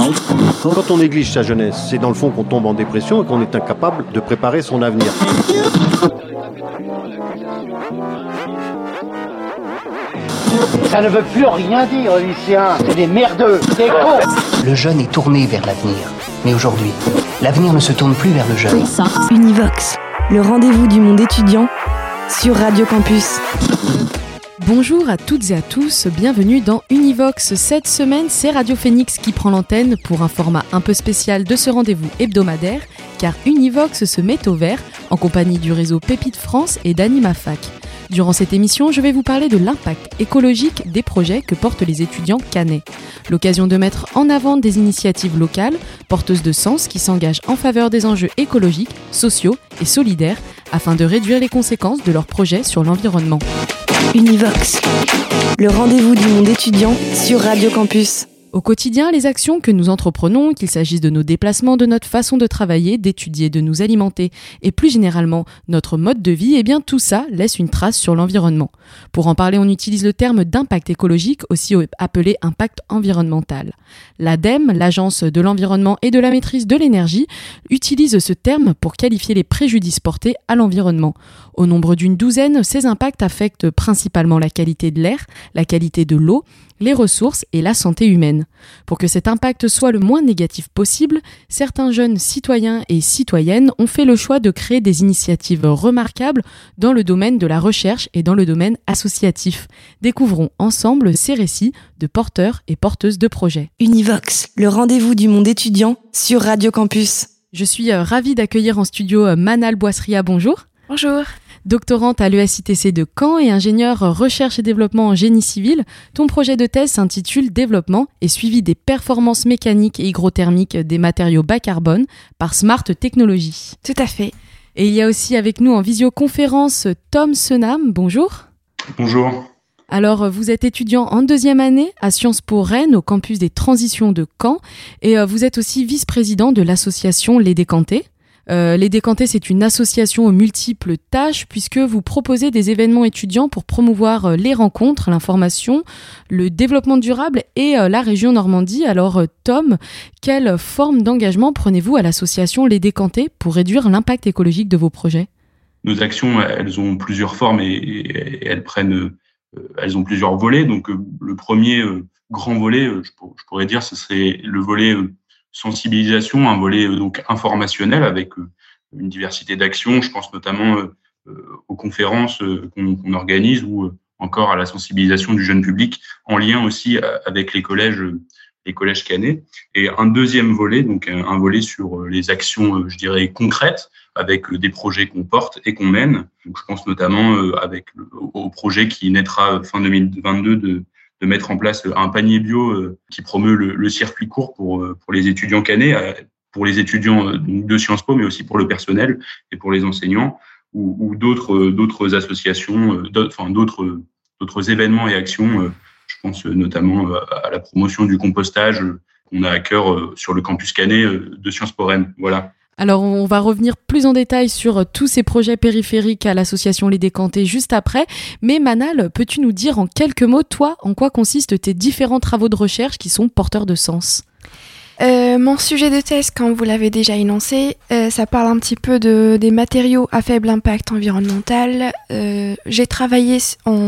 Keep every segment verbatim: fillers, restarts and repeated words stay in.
Quand on néglige sa jeunesse, c'est dans le fond qu'on tombe en dépression et qu'on est incapable de préparer son avenir. Ça ne veut plus rien dire, lycéens. C'est des merdeux, des cons. Le jeune est tourné vers l'avenir. Mais aujourd'hui, l'avenir ne se tourne plus vers le jeune. Univox, le rendez-vous du monde étudiant sur Radio Campus. Bonjour à toutes et à tous, bienvenue dans Univox. Cette semaine, c'est Radio Phoenix qui prend l'antenne pour un format un peu spécial de ce rendez-vous hebdomadaire, car Univox se met au vert en compagnie du réseau Pépite France et d'AnimaFac. Durant cette émission, je vais vous parler de l'impact écologique des projets que portent les étudiants caennais. L'occasion de mettre en avant des initiatives locales, porteuses de sens, qui s'engagent en faveur des enjeux écologiques, sociaux et solidaires, afin de réduire les conséquences de leurs projets sur l'environnement. Univox, le rendez-vous du monde étudiant sur Radio Campus. Au quotidien, les actions que nous entreprenons, qu'il s'agisse de nos déplacements, de notre façon de travailler, d'étudier, de nous alimenter et plus généralement notre mode de vie, eh bien tout ça laisse une trace sur l'environnement. Pour en parler, on utilise le terme d'impact écologique, aussi appelé impact environnemental. L'ADEME, l'Agence de l'environnement et de la maîtrise de l'énergie, utilise ce terme pour qualifier les préjudices portés à l'environnement. Au nombre d'une douzaine, ces impacts affectent principalement la qualité de l'air, la qualité de l'eau, les ressources et la santé humaine. Pour que cet impact soit le moins négatif possible, certains jeunes citoyens et citoyennes ont fait le choix de créer des initiatives remarquables dans le domaine de la recherche et dans le domaine associatif. Découvrons ensemble ces récits de porteurs et porteuses de projets. Univox, le rendez-vous du monde étudiant sur Radio Campus. Je suis ravie d'accueillir en studio Manal Boissria, bonjour. Bonjour. Doctorante à l'E S I T C de Caen et ingénieure recherche et développement en génie civil, ton projet de thèse s'intitule « Développement et suivi des performances mécaniques et hygrothermiques des matériaux bas carbone par Smart Technologies ». Tout à fait. Et il y a aussi avec nous en visioconférence Tom Senam, bonjour. Bonjour. Alors, vous êtes étudiant en deuxième année à Sciences Po Rennes au campus des transitions de Caen et vous êtes aussi vice-président de l'association Les Décantés. Euh, Les Décantés, c'est une association aux multiples tâches puisque vous proposez des événements étudiants pour promouvoir les rencontres, l'information, le développement durable et euh, la région Normandie. Alors euh, Tom, quelle forme d'engagement prenez-vous à l'association Les Décantés pour réduire l'impact écologique de vos projets ? Nos actions, elles ont plusieurs formes et, et, et elles prennent, euh, elles ont plusieurs volets. Donc euh, le premier euh, grand volet, euh, je, pour, je pourrais dire, ce serait le volet euh, sensibilisation, un volet euh, donc informationnel avec euh, une diversité d'actions. Je pense notamment euh, euh, aux conférences euh, qu'on, qu'on organise ou euh, encore à la sensibilisation du jeune public en lien aussi euh, avec les collèges, euh, les collèges caennais. Et un deuxième volet, donc un, un volet sur euh, les actions, euh, je dirais concrètes, avec euh, des projets qu'on porte et qu'on mène. Donc, je pense notamment euh, avec le, au projet qui naîtra fin deux mille vingt-deux de de mettre en place un panier bio euh, qui promeut le, le circuit court pour euh, pour les étudiants caennais, euh, pour les étudiants euh, de Sciences Po, mais aussi pour le personnel et pour les enseignants, ou, ou d'autres euh, d'autres associations, euh, d'autres, enfin d'autres d'autres événements et actions. Euh, je pense euh, notamment euh, à la promotion du compostage euh, qu'on a à cœur euh, sur le campus caennais euh, de Sciences Po Rennes. Voilà. Alors, on va revenir plus en détail sur tous ces projets périphériques à l'association Les Décantés juste après. Mais Manal, peux-tu nous dire en quelques mots, toi, en quoi consistent tes différents travaux de recherche qui sont porteurs de sens ? Euh, mon sujet de thèse, comme vous l'avez déjà énoncé, euh, ça parle un petit peu de, des matériaux à faible impact environnemental. Euh, j'ai travaillé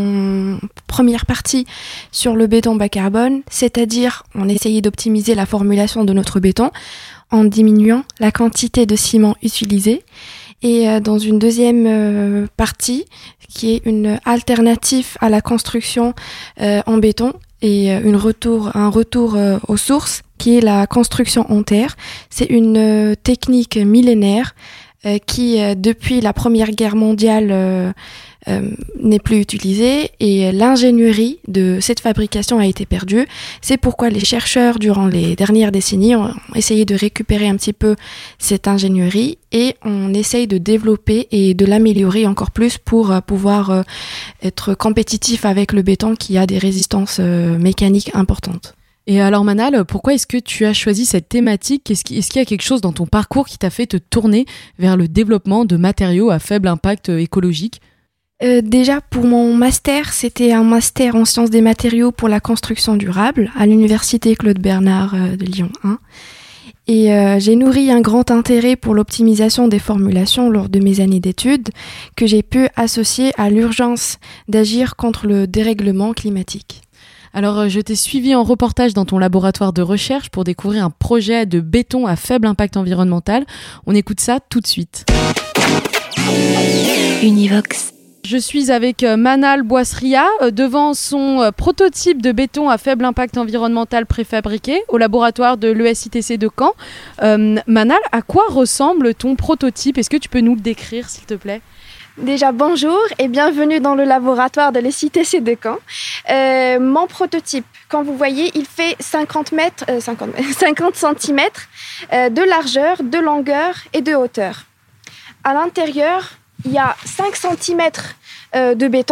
en première partie sur le béton bas carbone, c'est-à-dire on essayait d'optimiser la formulation de notre béton en diminuant la quantité de ciment utilisé. Et euh, dans une deuxième euh, partie, qui est une alternative à la construction euh, en béton et euh, une retour, un retour euh, aux sources, qui est la construction en terre. C'est une euh, technique millénaire euh, qui, euh, depuis la Première Guerre mondiale, euh, euh, n'est plus utilisée et l'ingénierie de cette fabrication a été perdue. C'est pourquoi les chercheurs, durant les dernières décennies, ont essayé de récupérer un petit peu cette ingénierie et on essaye de développer et de l'améliorer encore plus pour euh, pouvoir euh, être compétitif avec le béton qui a des résistances euh, mécaniques importantes. Et alors Manal, pourquoi est-ce que tu as choisi cette thématique ? Est-ce qu'il y a quelque chose dans ton parcours qui t'a fait te tourner vers le développement de matériaux à faible impact écologique ? Euh, déjà, pour mon master, c'était un master en sciences des matériaux pour la construction durable à l'université Claude Bernard euh, de Lyon un. Et euh, j'ai nourri un grand intérêt pour l'optimisation des formulations lors de mes années d'études que j'ai pu associer à l'urgence d'agir contre le dérèglement climatique. Alors, je t'ai suivi en reportage dans ton laboratoire de recherche pour découvrir un projet de béton à faible impact environnemental. On écoute ça tout de suite. Univox. Je suis avec Manal Boissria devant son prototype de béton à faible impact environnemental préfabriqué au laboratoire de l'E S I T C de Caen. Euh, Manal, à quoi ressemble ton prototype ? Est-ce que tu peux nous le décrire, s'il te plaît ? Déjà, bonjour et bienvenue dans le laboratoire de l'E S I T C de Caen. Euh, mon prototype, quand vous voyez, il fait cinquante mètres, euh, cinquante, cinquante centimètres euh, de largeur, de longueur et de hauteur. À l'intérieur, il y a cinq centimètres euh, de béton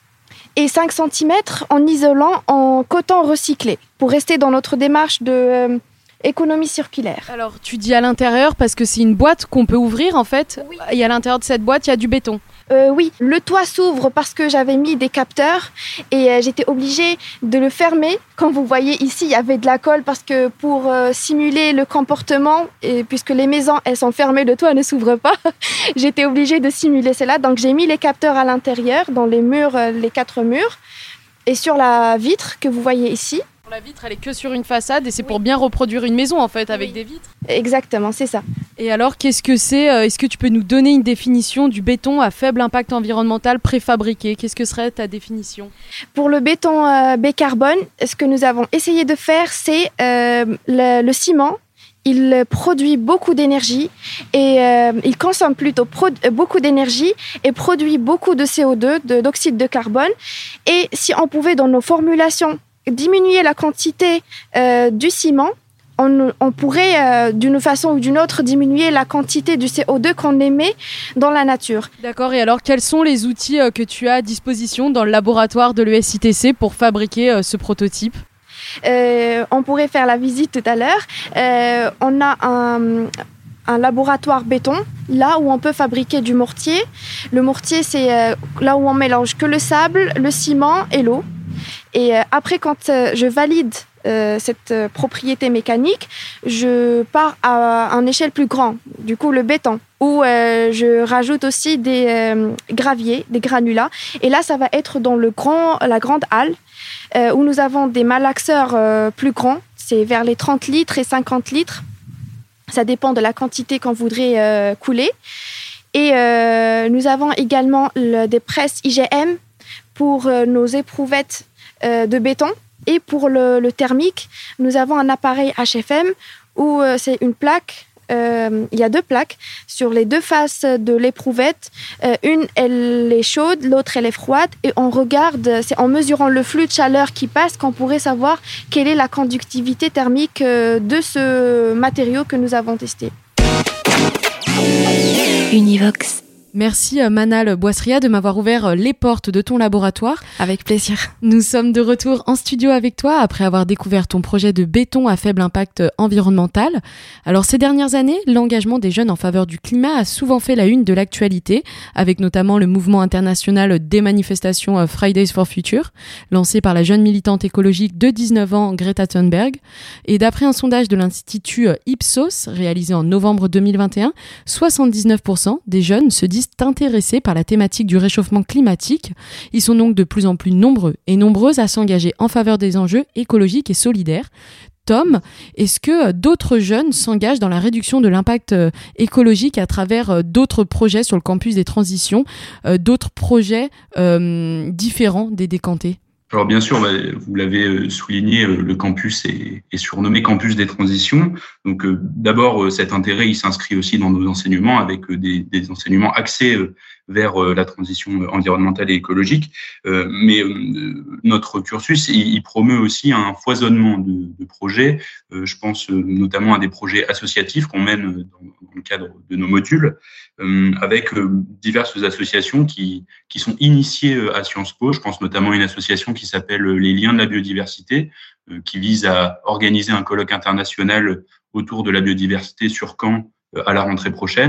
et cinq centimètres en isolant en coton recyclé pour rester dans notre démarche de euh, économie circulaire. Alors, tu dis à l'intérieur parce que c'est une boîte qu'on peut ouvrir en fait. Oui. Et à l'intérieur de cette boîte, il y a du béton. Euh, oui, le toit s'ouvre parce que j'avais mis des capteurs et euh, j'étais obligée de le fermer. Quand vous voyez ici, il y avait de la colle parce que pour euh, simuler le comportement, et puisque les maisons elles sont fermées, le toit ne s'ouvre pas, j'étais obligée de simuler cela. Donc j'ai mis les capteurs à l'intérieur, dans les murs, euh, les quatre murs, et sur la vitre que vous voyez ici. La vitre, elle est que sur une façade et c'est oui. pour bien reproduire une maison en fait avec oui. des vitres. Exactement, c'est ça. Et alors, qu'est-ce que c'est ? Est-ce que tu peux nous donner une définition du béton à faible impact environnemental préfabriqué ? Qu'est-ce que serait ta définition ? Pour le béton euh, B-carbone, ce que nous avons essayé de faire, c'est euh, le, le ciment. Il produit beaucoup d'énergie et euh, il consomme plutôt pro- beaucoup d'énergie et produit beaucoup de C O deux, de, d'oxyde de carbone. Et si on pouvait, dans nos formulations, diminuer la quantité euh, du ciment, on, on pourrait euh, d'une façon ou d'une autre diminuer la quantité du C O deux qu'on émet dans la nature. D'accord, et alors quels sont les outils euh, que tu as à disposition dans le laboratoire de l'E S I T C pour fabriquer euh, ce prototype ? euh, On pourrait faire la visite tout à l'heure. Euh, on a un... un laboratoire béton, là où on peut fabriquer du mortier. Le mortier, c'est euh, là où on mélange que le sable, le ciment et l'eau. Et euh, après, quand euh, je valide euh, cette euh, propriété mécanique, je pars à une échelle plus grande, du coup le béton, où euh, je rajoute aussi des euh, graviers, des granulats. Et là, ça va être dans le grand, la grande halle, euh, où nous avons des malaxeurs euh, plus grands, c'est vers les trente litres et cinquante litres. Ça dépend de la quantité qu'on voudrait euh, couler. Et euh, nous avons également le, des presses I G M pour euh, nos éprouvettes euh, de béton. Et pour le, le thermique, nous avons un appareil H F M où euh, c'est une plaque. Euh, il y a deux plaques sur les deux faces de l'éprouvette. Euh, une, elle est chaude, l'autre, elle est froide. Et on regarde, c'est en mesurant le flux de chaleur qui passe qu'on pourrait savoir quelle est la conductivité thermique euh, de ce matériau que nous avons testé. Univox. Merci Manal Boissria de m'avoir ouvert les portes de ton laboratoire. Avec plaisir. Nous sommes de retour en studio avec toi après avoir découvert ton projet de béton à faible impact environnemental. Alors ces dernières années, l'engagement des jeunes en faveur du climat a souvent fait la une de l'actualité, avec notamment le mouvement international des manifestations Fridays for Future, lancé par la jeune militante écologique de dix-neuf ans Greta Thunberg. Et d'après un sondage de l'Institut Ipsos réalisé en novembre deux mille vingt et un, soixante-dix-neuf pour cent des jeunes se disent intéressés par la thématique du réchauffement climatique. Ils sont donc de plus en plus nombreux et nombreuses à s'engager en faveur des enjeux écologiques et solidaires. Tom, est-ce que d'autres jeunes s'engagent dans la réduction de l'impact écologique à travers d'autres projets sur le campus des transitions, d'autres projets euh, différents des décantés ? Alors bien sûr, vous l'avez souligné, le campus est, est surnommé campus des transitions. Donc d'abord, cet intérêt, il s'inscrit aussi dans nos enseignements avec des, des enseignements axés vers la transition environnementale et écologique. Mais notre cursus, il promeut aussi un foisonnement de, de projets. Je pense notamment à des projets associatifs qu'on mène dans, dans le cadre de nos modules, avec diverses associations qui, qui sont initiées à Sciences Po. Je pense notamment à une association qui s'appelle les Liens de la biodiversité, qui vise à organiser un colloque international autour de la biodiversité sur Caen à la rentrée prochaine.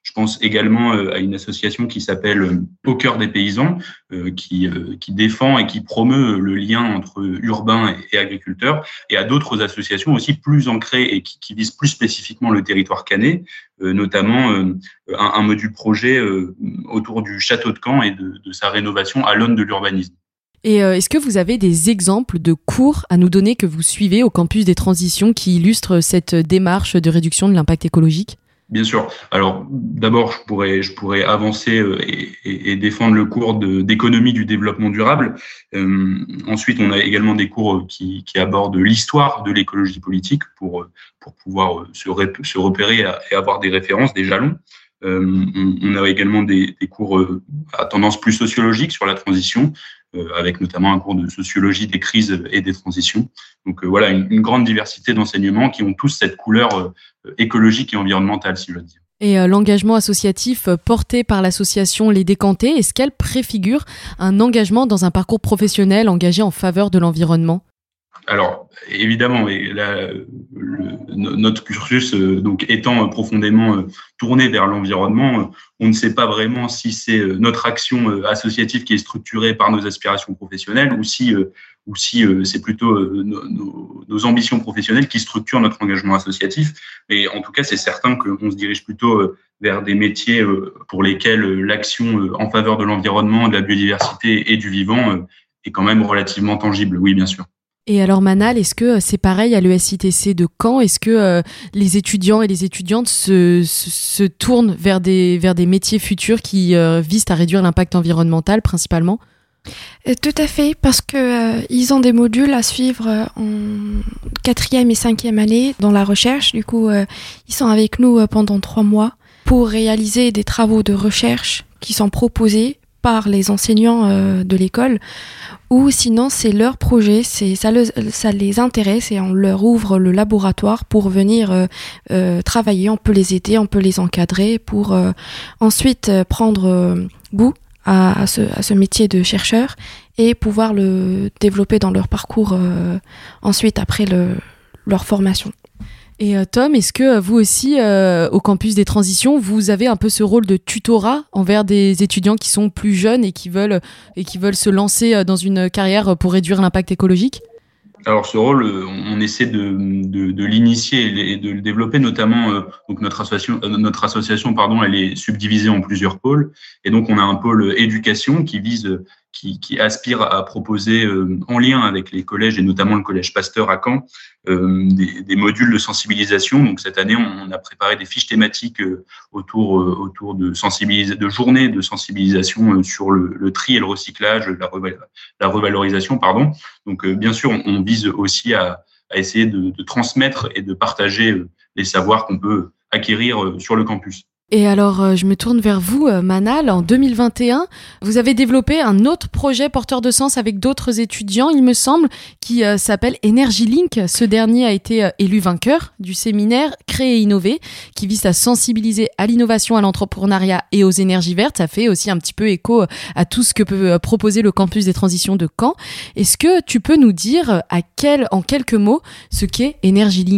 Je pense également à une association qui s'appelle Au cœur des paysans, qui, qui défend et qui promeut le lien entre urbains et agriculteurs, et à d'autres associations aussi plus ancrées et qui, qui visent plus spécifiquement le territoire canet, notamment un, un module projet autour du château de Caen et de, de sa rénovation à l'aune de l'urbanisme. Et euh, est-ce que vous avez des exemples de cours à nous donner que vous suivez au campus des transitions qui illustrent cette démarche de réduction de l'impact écologique ? Bien sûr. Alors, d'abord, je pourrais, je pourrais avancer et, et, et défendre le cours de, d'économie du développement durable. Euh, ensuite, on a également des cours qui, qui abordent l'histoire de l'écologie politique pour, pour pouvoir se, ré, se repérer et avoir des références, des jalons. Euh, on, on a également des, des cours à tendance plus sociologique sur la transition, euh, avec notamment un cours de sociologie des crises et des transitions. Donc euh, voilà, une, une grande diversité d'enseignements qui ont tous cette couleur euh, écologique et environnementale, si je veux dire. Et euh, l'engagement associatif porté par l'association Les Décantés, est-ce qu'elle préfigure un engagement dans un parcours professionnel engagé en faveur de l'environnement ? Alors, évidemment, la, le, notre cursus euh, donc étant profondément euh, tourné vers l'environnement, euh, on ne sait pas vraiment si c'est euh, notre action euh, associative qui est structurée par nos aspirations professionnelles ou si, euh, ou si euh, c'est plutôt euh, nos, nos, nos ambitions professionnelles qui structurent notre engagement associatif. Mais en tout cas, c'est certain qu'on se dirige plutôt euh, vers des métiers euh, pour lesquels euh, l'action euh, en faveur de l'environnement, de la biodiversité et du vivant euh, est quand même relativement tangible. Oui, bien sûr. Et alors Manal, est-ce que c'est pareil à l'E S I T C de Caen ? Est-ce que euh, les étudiants et les étudiantes se, se, se tournent vers des, vers des métiers futurs qui euh, visent à réduire l'impact environnemental principalement ? Euh, tout à fait, parce que euh, ils ont des modules à suivre euh, en quatrième et cinquième année dans la recherche. Du coup, euh, ils sont avec nous euh, pendant trois mois pour réaliser des travaux de recherche qui sont proposés par les enseignants euh, de l'école, ou sinon c'est leur projet, c'est ça, le, ça les intéresse et on leur ouvre le laboratoire pour venir euh, euh, travailler. On peut les aider, on peut les encadrer pour euh, ensuite euh, prendre euh, goût à, à, ce, à ce métier de chercheur et pouvoir le développer dans leur parcours euh, ensuite après le, leur formation. Et euh, Tom, est-ce que vous aussi, euh, au campus des transitions, vous avez un peu ce rôle de tutorat envers des étudiants qui sont plus jeunes et qui veulent, et qui veulent se lancer dans une carrière pour réduire l'impact écologique ? Alors ce rôle, on essaie de, de, de l'initier et de le développer, notamment euh, donc notre association, euh, notre association pardon, elle est subdivisée en plusieurs pôles, et donc on a un pôle éducation qui vise, qui, qui aspire à proposer euh, en lien avec les collèges et notamment le collège Pasteur à Caen euh, des, des modules de sensibilisation. Donc cette année, on a préparé des fiches thématiques euh, autour euh, autour de sensibilis- de journées de sensibilisation euh, sur le, le tri et le recyclage, la, reval- la revalorisation, pardon. Donc euh, bien sûr, on, on vise aussi à, à essayer de, de transmettre et de partager euh, les savoirs qu'on peut acquérir euh, sur le campus. Et alors, euh, je me tourne vers vous, euh, Manal. En deux mille vingt et un, vous avez développé un autre projet porteur de sens avec d'autres étudiants, il me semble, qui euh, s'appelle Energy Link. Ce dernier a été euh, élu vainqueur du séminaire Créer et innover, qui vise à sensibiliser à l'innovation, à l'entrepreneuriat et aux énergies vertes. Ça fait aussi un petit peu écho à tout ce que peut euh, proposer le campus des transitions de Caen. Est-ce que tu peux nous dire à quel, en quelques mots ce qu'est Energy Link ?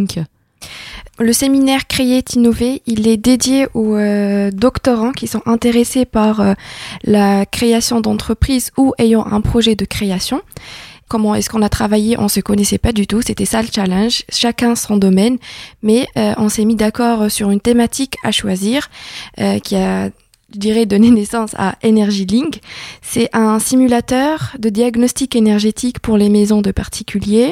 Le séminaire Créer et innover, il est dédié aux euh, doctorants qui sont intéressés par euh, la création d'entreprises ou ayant un projet de création. Comment est-ce qu'on a travaillé ? On se connaissait pas du tout, c'était ça le challenge, chacun son domaine, mais euh, on s'est mis d'accord sur une thématique à choisir euh, qui a, je dirais, donné naissance à Energy Link. C'est un simulateur de diagnostic énergétique pour les maisons de particuliers.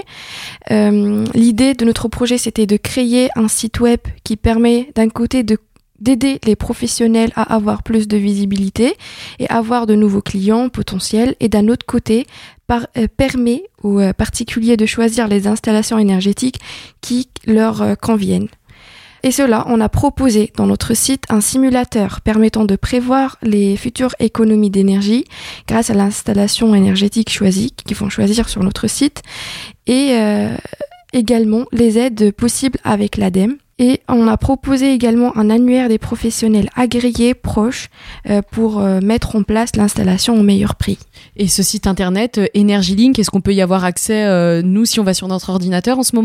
Euh, l'idée de notre projet, c'était de créer un site web qui permet d'un côté de d'aider les professionnels à avoir plus de visibilité et avoir de nouveaux clients potentiels, et d'un autre côté par, euh, permet aux euh, particuliers de choisir les installations énergétiques qui leur euh, conviennent. Et cela, on a proposé dans notre site un simulateur permettant de prévoir les futures économies d'énergie grâce à l'installation énergétique choisie qu'ils vont choisir sur notre site, et euh, également les aides possibles avec l'ADEME. Et on a proposé également un annuaire des professionnels agréés proches euh, pour euh, mettre en place l'installation au meilleur prix. Et ce site internet, euh, Energy Link, est-ce qu'on peut y avoir accès, euh, nous, si on va sur notre ordinateur en ce moment ?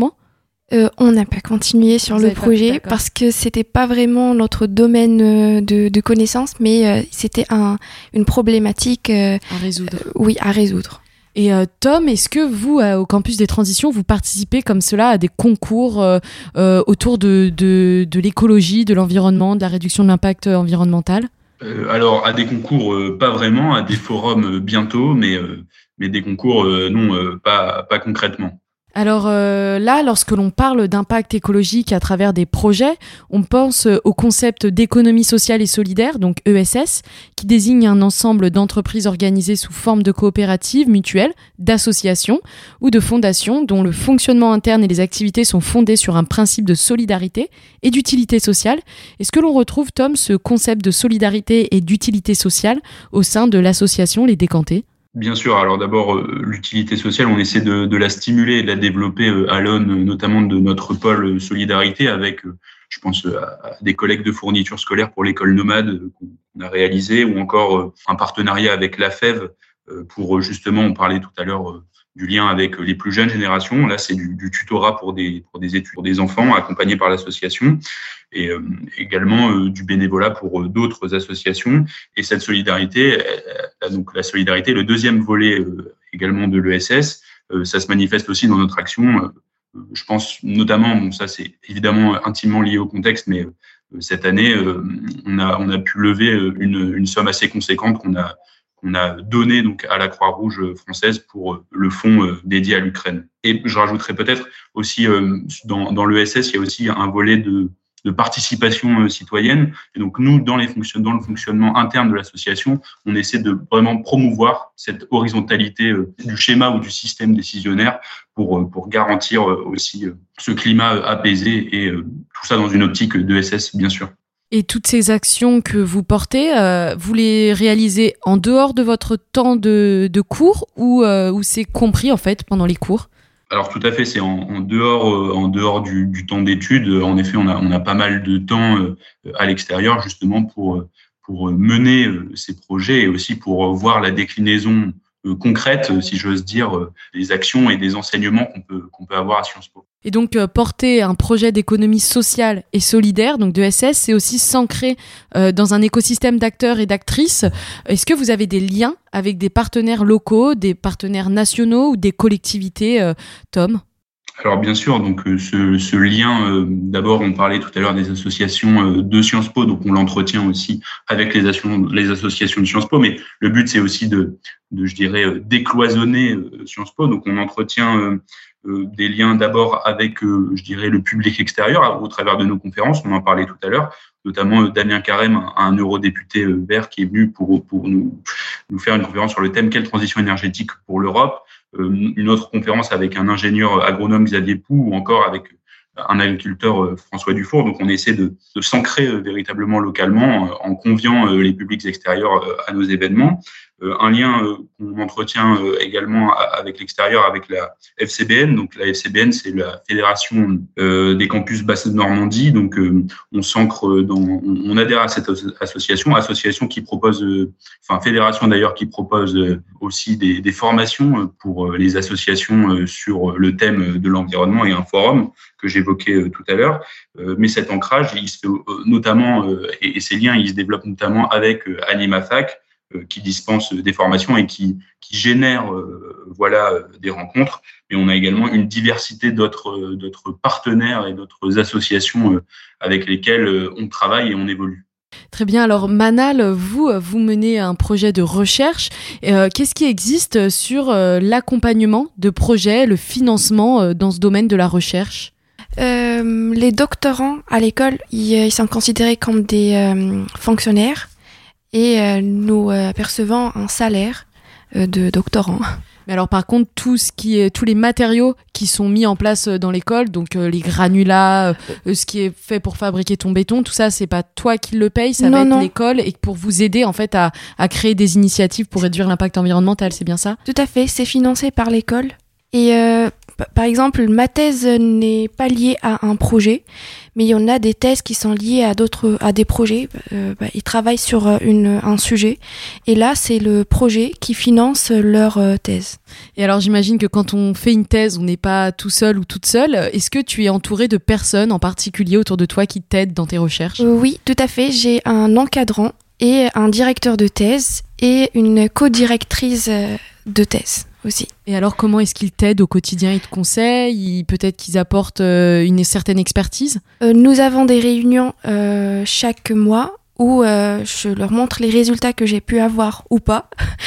Euh, on n'a pas continué sur Vous le avez pas- projet d'accord. parce que c'était pas vraiment notre domaine euh, de, de connaissances, mais euh, c'était un, une problématique, euh, À résoudre. oui, à résoudre. Et euh, Tom, est-ce que vous, euh, au campus des transitions, vous participez comme cela à des concours euh, euh, autour de, de, de l'écologie, de l'environnement, de la réduction de l'impact euh, environnemental ? Euh, alors, à des concours, euh, pas vraiment, à des forums euh, bientôt, mais, euh, mais des concours, euh, non, euh, pas, pas concrètement. Alors euh, là, lorsque l'on parle d'impact écologique à travers des projets, on pense euh, au concept d'économie sociale et solidaire, donc E S S, qui désigne un ensemble d'entreprises organisées sous forme de coopératives mutuelles, d'associations ou de fondations dont le fonctionnement interne et les activités sont fondées sur un principe de solidarité et d'utilité sociale. Est-ce que l'on retrouve, Tom, ce concept de solidarité et d'utilité sociale au sein de l'association Les Décantés ? Bien sûr. Alors d'abord, euh, l'utilité sociale, on essaie de, de la stimuler et de la développer euh, à l'aune euh, notamment de notre pôle euh, solidarité avec, euh, je pense, euh, à des collectes de fournitures scolaires pour l'école nomade euh, qu'on a réalisé, ou encore euh, un partenariat avec l'A F E V euh, pour euh, justement, on parlait tout à l'heure euh, du lien avec les plus jeunes générations. Là, c'est du, du tutorat pour des, pour des études, pour des enfants accompagnés par l'association, et euh, également euh, du bénévolat pour euh, d'autres associations. Et cette solidarité, euh, donc la solidarité, le deuxième volet euh, également de l'E S S, euh, ça se manifeste aussi dans notre action. Euh, je pense notamment, bon, ça c'est évidemment intimement lié au contexte, mais euh, cette année, euh, on a on a pu lever une, une somme assez conséquente qu'on a qu'on a donné donc à la Croix-Rouge française pour le fonds euh, dédié à l'Ukraine. Et je rajouterais peut-être aussi euh, dans dans l'E S S, il y a aussi un volet de de participation euh, citoyenne. Et donc nous, dans les fonctionn- dans le fonctionnement interne de l'association, on essaie de vraiment promouvoir cette horizontalité euh, du schéma ou du système décisionnaire pour euh, pour garantir euh, aussi euh, ce climat euh, apaisé, et euh, tout ça dans une optique de E S S, bien sûr. Et toutes ces actions que vous portez, euh, vous les réalisez en dehors de votre temps de, de cours ou, euh, ou c'est compris en fait pendant les cours ? Alors tout à fait, c'est en, en dehors, euh, en dehors du, du temps d'études. En effet, on a, on a pas mal de temps euh, à l'extérieur justement pour, pour mener euh, ces projets, et aussi pour euh, voir la déclinaison euh, concrète, euh, si j'ose dire, euh, des actions et des enseignements qu'on peut, qu'on peut avoir à Sciences Po. Et donc euh, porter un projet d'économie sociale et solidaire, donc de E S S, c'est aussi s'ancrer euh, dans un écosystème d'acteurs et d'actrices. Est-ce que vous avez des liens avec des partenaires locaux, des partenaires nationaux ou des collectivités, euh, Tom ? Alors bien sûr, donc euh, ce, ce lien, euh, d'abord on parlait tout à l'heure des associations euh, de Sciences Po, donc on l'entretient aussi avec les, asso- les associations de Sciences Po, mais le but c'est aussi de, de je dirais, euh, décloisonner euh, Sciences Po. Donc on entretient euh, euh, des liens d'abord avec, euh, je dirais, le public extérieur au travers de nos conférences. On en parlait tout à l'heure, notamment euh, Damien Carême, un, un eurodéputé euh, vert qui est venu pour pour nous nous faire une conférence sur le thème quelle transition énergétique pour l'Europe. Euh, une autre conférence avec un ingénieur agronome, Xavier Pou, ou encore avec un agriculteur, euh, François Dufour. Donc on essaie de, de s'ancrer euh, véritablement localement euh, en conviant euh, les publics extérieurs euh, à nos événements. Euh, un lien euh, qu'on entretient euh, également à, avec l'extérieur, avec la F C B N. Donc la F C B N, c'est la Fédération euh, des campus Basse-Normandie. Donc euh, on s'ancre dans, on, on adhère à cette association, association qui propose, euh, enfin fédération d'ailleurs qui propose euh, aussi des, des formations pour euh, les associations euh, sur le thème de l'environnement, et un forum que j'évoquais euh, tout à l'heure. Euh, mais cet ancrage, il se fait euh, notamment, euh, et, et ces liens, ils se développent notamment avec euh, AnimaFac, euh, qui dispense des formations et qui, qui génère euh, voilà, euh, des rencontres. Mais on a également une diversité d'autres, euh, d'autres partenaires et d'autres associations euh, avec lesquelles euh, on travaille et on évolue. Très bien. Alors Manal, vous, vous menez un projet de recherche. Euh, qu'est-ce qui existe sur euh, l'accompagnement de projets, le financement euh, dans ce domaine de la recherche ? Euh, les doctorants à l'école, ils, ils sont considérés comme des euh, fonctionnaires, et euh, nous euh, percevons un salaire euh, de doctorants. Mais alors par contre, tout ce qui est, tous les matériaux qui sont mis en place dans l'école, donc euh, les granulats, euh, ce qui est fait pour fabriquer ton béton, tout ça, c'est pas toi qui le paye, ça non, va être non. l'école, et pour vous aider en fait à, à créer des initiatives pour réduire l'impact environnemental, c'est bien ça ? Tout à fait, c'est financé par l'école. Et euh, par exemple, ma thèse n'est pas liée à un projet, mais il y en a des thèses qui sont liées à d'autres, à des projets. Euh, bah, ils travaillent sur une, un sujet, et là, c'est le projet qui finance leur euh, thèse. Et alors, j'imagine que quand on fait une thèse, on n'est pas tout seul ou toute seule. Est-ce que tu es entouré de personnes en particulier autour de toi qui t'aident dans tes recherches ? euh, Oui, tout à fait. J'ai un encadrant et un directeur de thèse et une co-directrice euh, de thèse aussi. Et alors, comment est-ce qu'ils t'aident au quotidien ? Ils te conseillent ? Ils, peut-être qu'ils apportent euh, une certaine expertise ? euh, Nous avons des réunions euh, chaque mois où euh, je leur montre les résultats que j'ai pu avoir ou pas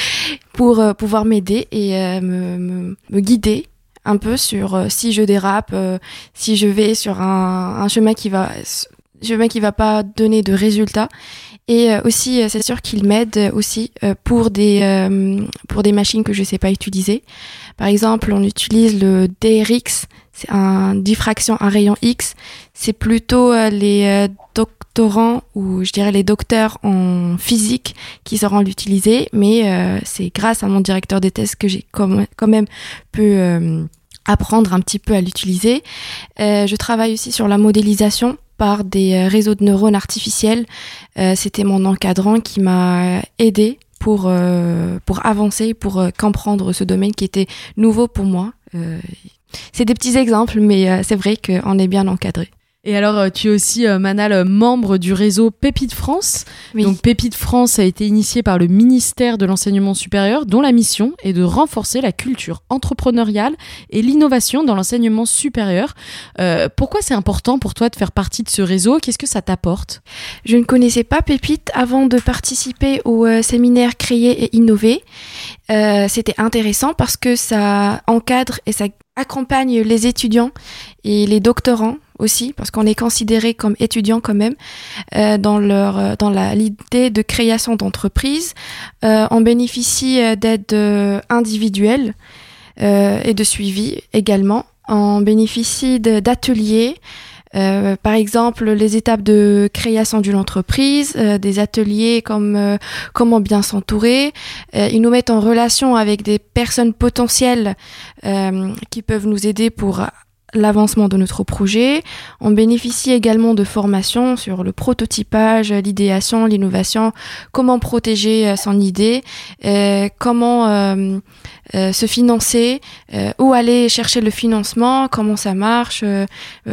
pour euh, pouvoir m'aider et euh, me, me, me guider un peu sur euh, si je dérape, euh, si je vais sur un, un chemin qui va, chemin qui va pas donner de résultats. Et euh, aussi, euh, c'est sûr qu'ils m'aident aussi euh, pour des euh, pour des machines que je sais pas utiliser. Par exemple, on utilise le D R X, c'est un diffraction à rayon X. C'est plutôt euh, les euh, doctorants ou je dirais les docteurs en physique qui sauront l'utiliser. Mais euh, c'est grâce à mon directeur de thèse que j'ai quand même pu euh, apprendre un petit peu à l'utiliser. Euh, je travaille aussi sur la modélisation par des réseaux de neurones artificiels. Euh, c'était mon encadrant qui m'a aidé pour euh, pour avancer, pour euh, comprendre ce domaine qui était nouveau pour moi. Euh, c'est des petits exemples, mais euh, c'est vrai qu'on est bien encadré. Et alors, tu es aussi, euh, Manal, membre du réseau Pépite France. Oui. Donc, Pépite France a été initié par le ministère de l'Enseignement supérieur, dont la mission est de renforcer la culture entrepreneuriale et l'innovation dans l'enseignement supérieur. Euh, pourquoi c'est important pour toi de faire partie de ce réseau ? Qu'est-ce que ça t'apporte ? Je ne connaissais pas Pépite avant de participer au euh, séminaire Créer et Innover. Euh, c'était intéressant parce que ça encadre et ça accompagne les étudiants et les doctorants aussi, parce qu'on est considéré comme étudiant quand même euh, dans leur dans la l'idée de création d'entreprise. Euh, on bénéficie d'aides euh, individuelles euh, et de suivi également. On bénéficie de, d'ateliers. Euh, par exemple, les étapes de création d'une entreprise, euh, des ateliers comme euh, comment bien s'entourer. Euh, ils nous mettent en relation avec des personnes potentielles euh, qui peuvent nous aider pour l'avancement de notre projet. On bénéficie également de formations sur le prototypage, l'idéation, l'innovation, comment protéger son idée, euh, comment euh, euh, se financer, euh, où aller chercher le financement, comment ça marche. Euh,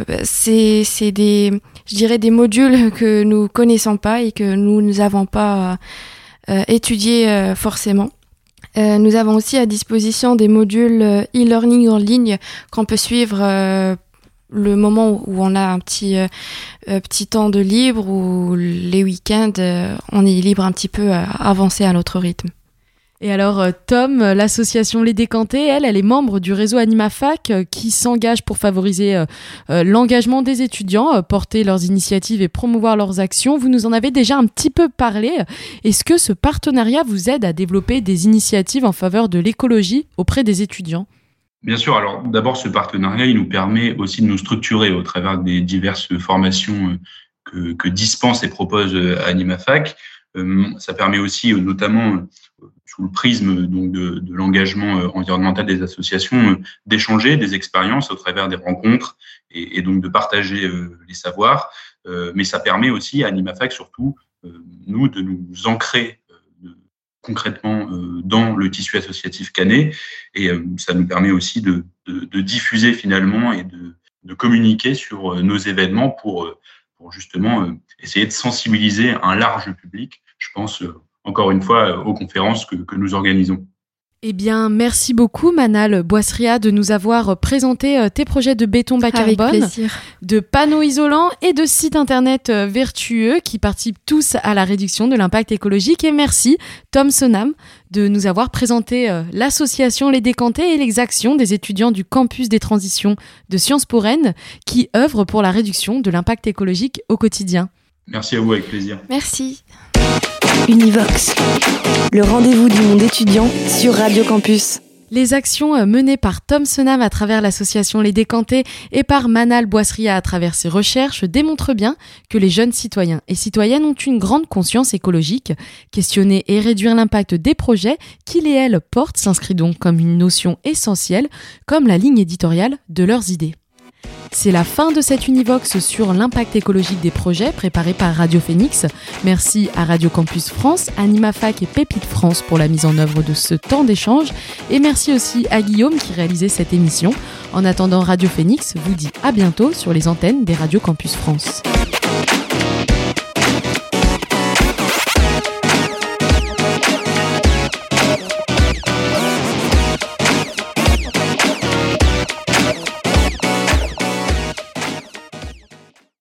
c'est, c'est des, je dirais des modules que nous connaissons pas et que nous n'avons pas euh, étudiés euh, forcément. Euh, nous avons aussi à disposition des modules euh, e-learning en ligne qu'on peut suivre euh, le moment où on a un petit euh, petit temps de libre ou les week-ends, euh, on est libre un petit peu à avancer à notre rythme. Et alors, Tom, l'association Les Décantés, elle, elle est membre du réseau AnimaFac euh, qui s'engage pour favoriser euh, euh, l'engagement des étudiants, euh, porter leurs initiatives et promouvoir leurs actions. Vous nous en avez déjà un petit peu parlé. Est-ce que ce partenariat vous aide à développer des initiatives en faveur de l'écologie auprès des étudiants ? Bien sûr. Alors, d'abord, ce partenariat, il nous permet aussi de nous structurer au travers des diverses formations que, que dispense et propose AnimaFac. Euh, ça permet aussi, notamment, sous le prisme donc de, de l'engagement environnemental des associations, d'échanger des expériences au travers des rencontres et, et donc de partager euh, les savoirs. Euh, mais ça permet aussi à AnimaFac, surtout, euh, nous, de nous ancrer euh, concrètement euh, dans le tissu associatif canet. Et euh, ça nous permet aussi de, de, de diffuser finalement et de, de communiquer sur euh, nos événements pour, euh, pour justement euh, essayer de sensibiliser un large public, je pense, euh, encore une fois, aux conférences que, que nous organisons. Eh bien, merci beaucoup, Manal Boissria, de nous avoir présenté tes projets de béton bas carbone, de panneaux isolants et de sites internet vertueux qui participent tous à la réduction de l'impact écologique. Et merci, Tom Sonam, de nous avoir présenté l'association Les Décantés et les actions des étudiants du campus des transitions de Sciences Po Rennes qui œuvrent pour la réduction de l'impact écologique au quotidien. Merci à vous, avec plaisir. Merci. Univox, le rendez-vous du monde étudiant sur Radio Campus. Les actions menées par Tom Senam à travers l'association Les Décantés et par Manal Boissria à travers ses recherches démontrent bien que les jeunes citoyens et citoyennes ont une grande conscience écologique. Questionner et réduire l'impact des projets qu'ils et elles portent s'inscrit donc comme une notion essentielle, comme la ligne éditoriale de leurs idées. C'est la fin de cette Univox sur l'impact écologique des projets préparé par Radio Phoenix. Merci à Radio Campus France, AnimaFac et Pépite France pour la mise en œuvre de ce temps d'échange. Et merci aussi à Guillaume qui réalisait cette émission. En attendant, Radio Phoenix vous dit à bientôt sur les antennes des Radio Campus France.